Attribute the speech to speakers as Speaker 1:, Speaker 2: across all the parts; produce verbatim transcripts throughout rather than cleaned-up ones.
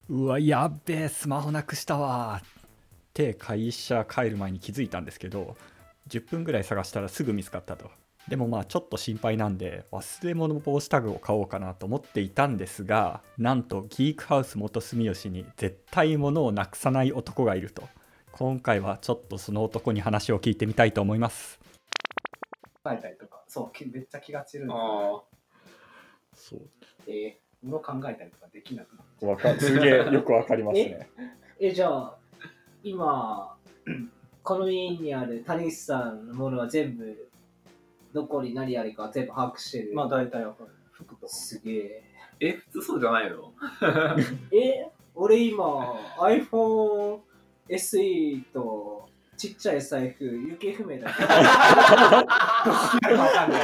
Speaker 1: うわやっべえスマホなくしたわって会社帰る前に気づいたんですけど、じゅっぷんぐらい探したらすぐ見つかったと。でもまあちょっと心配なんで忘れ物防止タグを買おうかなと思っていたんですが、なんとギークハウス元住吉に絶対物をなくさない男がいると。今回はちょっとその男に話を聞いてみたいと思います。
Speaker 2: 考えたりとか、そう、めっちゃ気が散るんですよ。
Speaker 1: あそう、
Speaker 2: えー、物考えたりとかできなくなっちゃう。
Speaker 1: わかすげえよくわかりますね。
Speaker 3: え、じゃあ、今、この家にある谷口さんのものは全部、どこに何あるか全部把握してる。
Speaker 2: まあ大体わかる。服とか。
Speaker 3: すげえ。
Speaker 4: え、普通そうじゃないの？
Speaker 3: え、俺今、iPhone エスイー とちっちゃい財布、行方不明だけど。
Speaker 2: わかんない。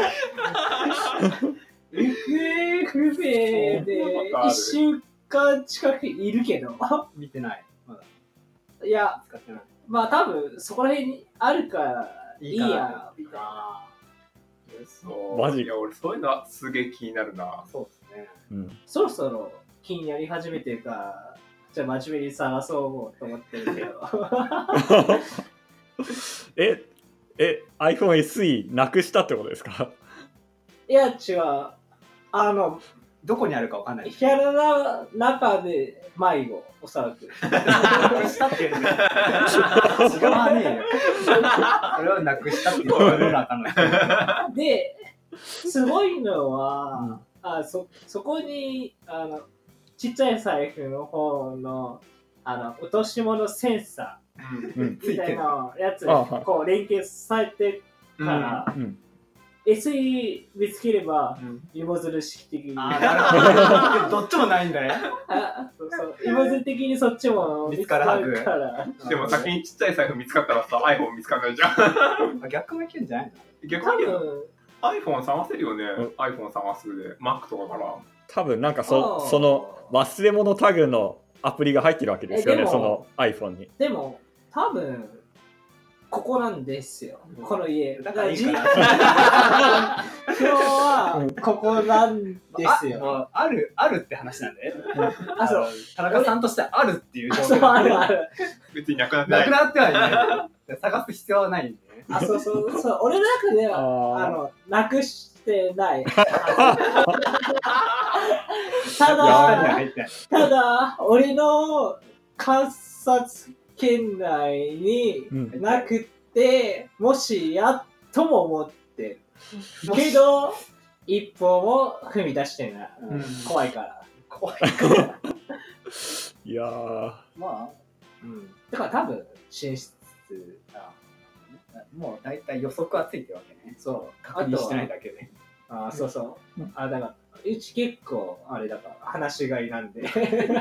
Speaker 3: 行方不明でいっしゅうかん近くいるけど。
Speaker 2: 見てない。まだ
Speaker 3: いや、
Speaker 2: 使ってない。
Speaker 3: まあ多分そこら辺にあるからいいや、みたいな。
Speaker 4: そう
Speaker 1: マジ
Speaker 4: いや、俺そういうのはすげえ気になるな。
Speaker 2: そうですね。
Speaker 1: うん、
Speaker 3: そろそろ気になり始めてるから、じゃあ真面目に探そうと思ってるけど。
Speaker 1: ええ iPhone エスイー なくしたってことですか？
Speaker 3: いや、違う。あの、
Speaker 2: どこにあるかわかんない。
Speaker 3: 部屋の中で迷子、おそらく。
Speaker 2: なくしたっていうの違わねえよ。それをなくしたって言われるなかな。
Speaker 3: で、すごいのは、
Speaker 1: うん
Speaker 3: あそそこにあのちっちゃい財布の方のあの落とし物センサ
Speaker 4: うん
Speaker 1: うん
Speaker 3: ーみたいなやつ
Speaker 1: あはい
Speaker 3: こう連携されてるから、
Speaker 1: うん、
Speaker 3: エスイー 見つければ
Speaker 2: うん
Speaker 3: 芋づる式的に、
Speaker 2: あーなるほど。どっちもないんだね。
Speaker 3: あそうそう芋づる的にそっちも見つかるから。
Speaker 4: でも先にちっちゃい財布見つかったらさ、iPhone 見つかんないじゃん。
Speaker 2: 逆もいけんじゃないの？
Speaker 4: 逆に
Speaker 3: 多分
Speaker 4: iPhone 探せるよね。
Speaker 1: うん
Speaker 4: iPhone 探すで、Mac とかから。
Speaker 1: 多分なんかそ
Speaker 3: あー
Speaker 1: その忘れ物タグのアプリが入ってるわけですよね、
Speaker 3: えでも
Speaker 1: その iPhone に。
Speaker 3: でも多分ここなんですよ、この家。
Speaker 2: だからいいかな。
Speaker 3: 今日はここなんですよ。
Speaker 2: あ、ある、あるって話なんで。
Speaker 3: あ、そう。
Speaker 2: 田中さんとしてあるっていう状
Speaker 3: そう、
Speaker 2: 況。
Speaker 3: あるある。
Speaker 4: 別になくなってな。
Speaker 2: ないくなってはいない。探す必要はないんでね。
Speaker 3: あ、そうそうそう。俺の中では、
Speaker 1: あー
Speaker 3: あの、なくしてない。た
Speaker 2: 下には
Speaker 3: だ、
Speaker 2: 入ってない。
Speaker 3: ただ、俺の観察圏内に
Speaker 1: うん
Speaker 3: なくって、もしやっとも思ってる。けど、一歩も踏み出してない。
Speaker 2: うん
Speaker 3: 怖いから。
Speaker 2: 怖いから。
Speaker 1: いやー
Speaker 2: まあ、
Speaker 3: うん。だから多分、寝室。
Speaker 2: あもう大体予測はついてるわけね。
Speaker 3: そう。
Speaker 2: 確認してないだけで。
Speaker 3: あ、そうそう。あ、だから、うち結構、あれだから、話しがいなんで。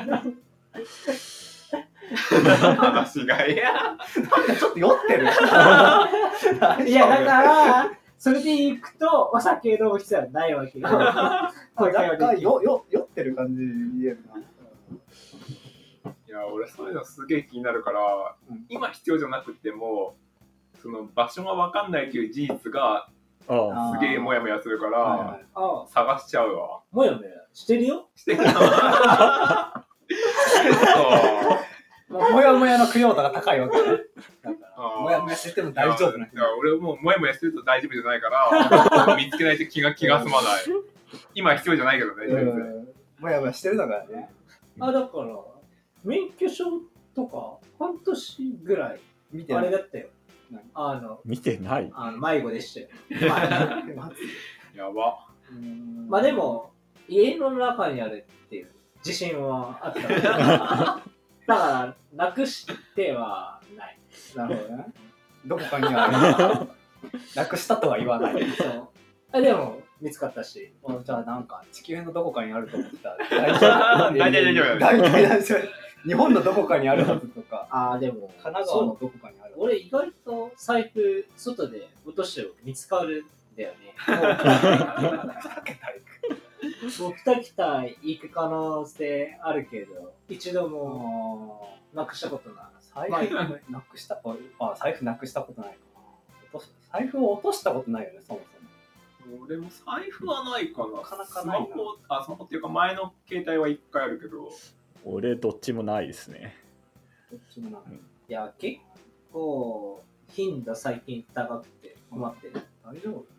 Speaker 4: 話がいや。
Speaker 2: なんかちょっと酔ってる。
Speaker 3: いや、だから、それで行くと、お酒飲む必要はないわけよ。これ
Speaker 2: 若干よよ酔ってる感じに見えるな。
Speaker 4: いや、俺そういうのすげえ気になるから、
Speaker 2: うん
Speaker 4: 今必要じゃなくても、その場所がわかんないという事実が
Speaker 1: あー
Speaker 2: あ
Speaker 4: すげえモヤモヤするから、
Speaker 2: はいはい
Speaker 3: あ、
Speaker 4: 探しちゃうわ。
Speaker 3: もやもやしてるよ。
Speaker 4: してるな。
Speaker 2: もやもやの供養度が高いわけね。だから
Speaker 4: あー
Speaker 2: もやもやしてても大丈夫な人
Speaker 4: いやいや俺もうモヤモヤしてると大丈夫じゃないから見つけないと気が気が済まない。今必要じゃないけどね。全然
Speaker 2: うんもやもやしてるのがね。
Speaker 3: あ、だから、免許証とか、半年ぐらい、
Speaker 2: 見てない。
Speaker 3: あれだったよ
Speaker 2: 何。
Speaker 3: あの、
Speaker 1: 見てない。
Speaker 3: あの迷子でしたよ。まあ
Speaker 4: やば。
Speaker 2: うん
Speaker 3: まあでも、家の中にあるっていう自信はあった。だから、なくしてはない。
Speaker 2: なるほどね。どこかにはなくしたとは言わない。
Speaker 3: そう。あ、でも、見つかったし。
Speaker 2: じゃあなんか地球のどこかにあると思ってたら大丈夫。
Speaker 4: 大体大丈夫
Speaker 2: 大体大丈夫。日本のどこかにあるはずとか、
Speaker 3: ああ、でも、
Speaker 2: 神奈川のどこかにある。
Speaker 3: 俺意外と財布外で落としてる見つかるんだよね。もうに桁行く可能性あるけど、一度もなくしたことない。
Speaker 2: 財布なくしたあ財布なくしたことないかな。落とし財布を落としたことないよね、そもそも。
Speaker 4: 俺も財布はないかな。
Speaker 2: なかなかないな
Speaker 4: スマホ、あ、スマホっていうか前の携帯はいっかいあるけど、
Speaker 1: 俺どっちもないですね。
Speaker 3: どっちもな
Speaker 1: うん
Speaker 3: いや、結構、頻度最近高くて困ってる。
Speaker 2: 大丈夫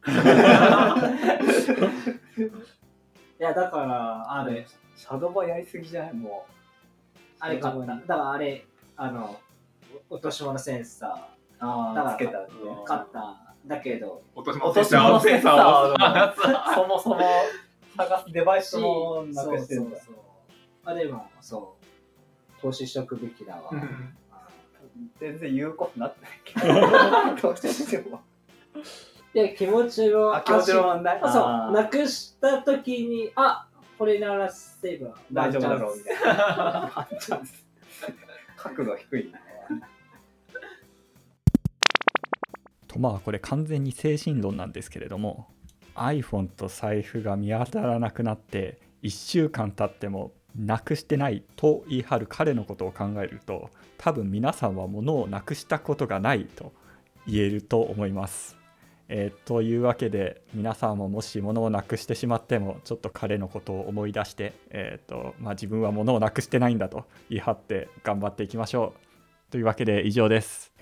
Speaker 3: いや、だから、あれ、
Speaker 2: シャドーバーやりすぎじゃないも
Speaker 3: あれ買った。だからあれ、あの、落とし物センサ
Speaker 2: う。あ
Speaker 3: だから
Speaker 2: あ、つけたね。
Speaker 3: ー買った。だけど、
Speaker 4: 落とし
Speaker 2: 落とし
Speaker 4: 物センサー
Speaker 2: 物センサーを
Speaker 4: 探す
Speaker 2: そもそも探すデバイスもなくしてるんだ。
Speaker 3: そうそうそう。あ、でも、そう。投資しとくべきだわ。
Speaker 4: うん
Speaker 2: 全然言うことなってないけど。どうしても。
Speaker 3: いや、気持ちの
Speaker 2: あ、気持ちの問題
Speaker 3: あそう、
Speaker 2: あー
Speaker 3: なくしたときに、あ、これ鳴らせば
Speaker 2: 大丈夫だろうみたいな。
Speaker 3: な。
Speaker 2: 角度低いな。
Speaker 1: とまあこれ完全に精神論なんですけれども iPhone と財布が見当たらなくなっていっしゅうかん経ってもなくしてないと言い張る彼のことを考えると多分皆さんは物をなくしたことがないと言えると思います。えー、というわけで皆さんももし物をなくしてしまってもちょっと彼のことを思い出して、えーとまあ、自分は物をなくしてないんだと言い張って頑張っていきましょう。というわけで以上です。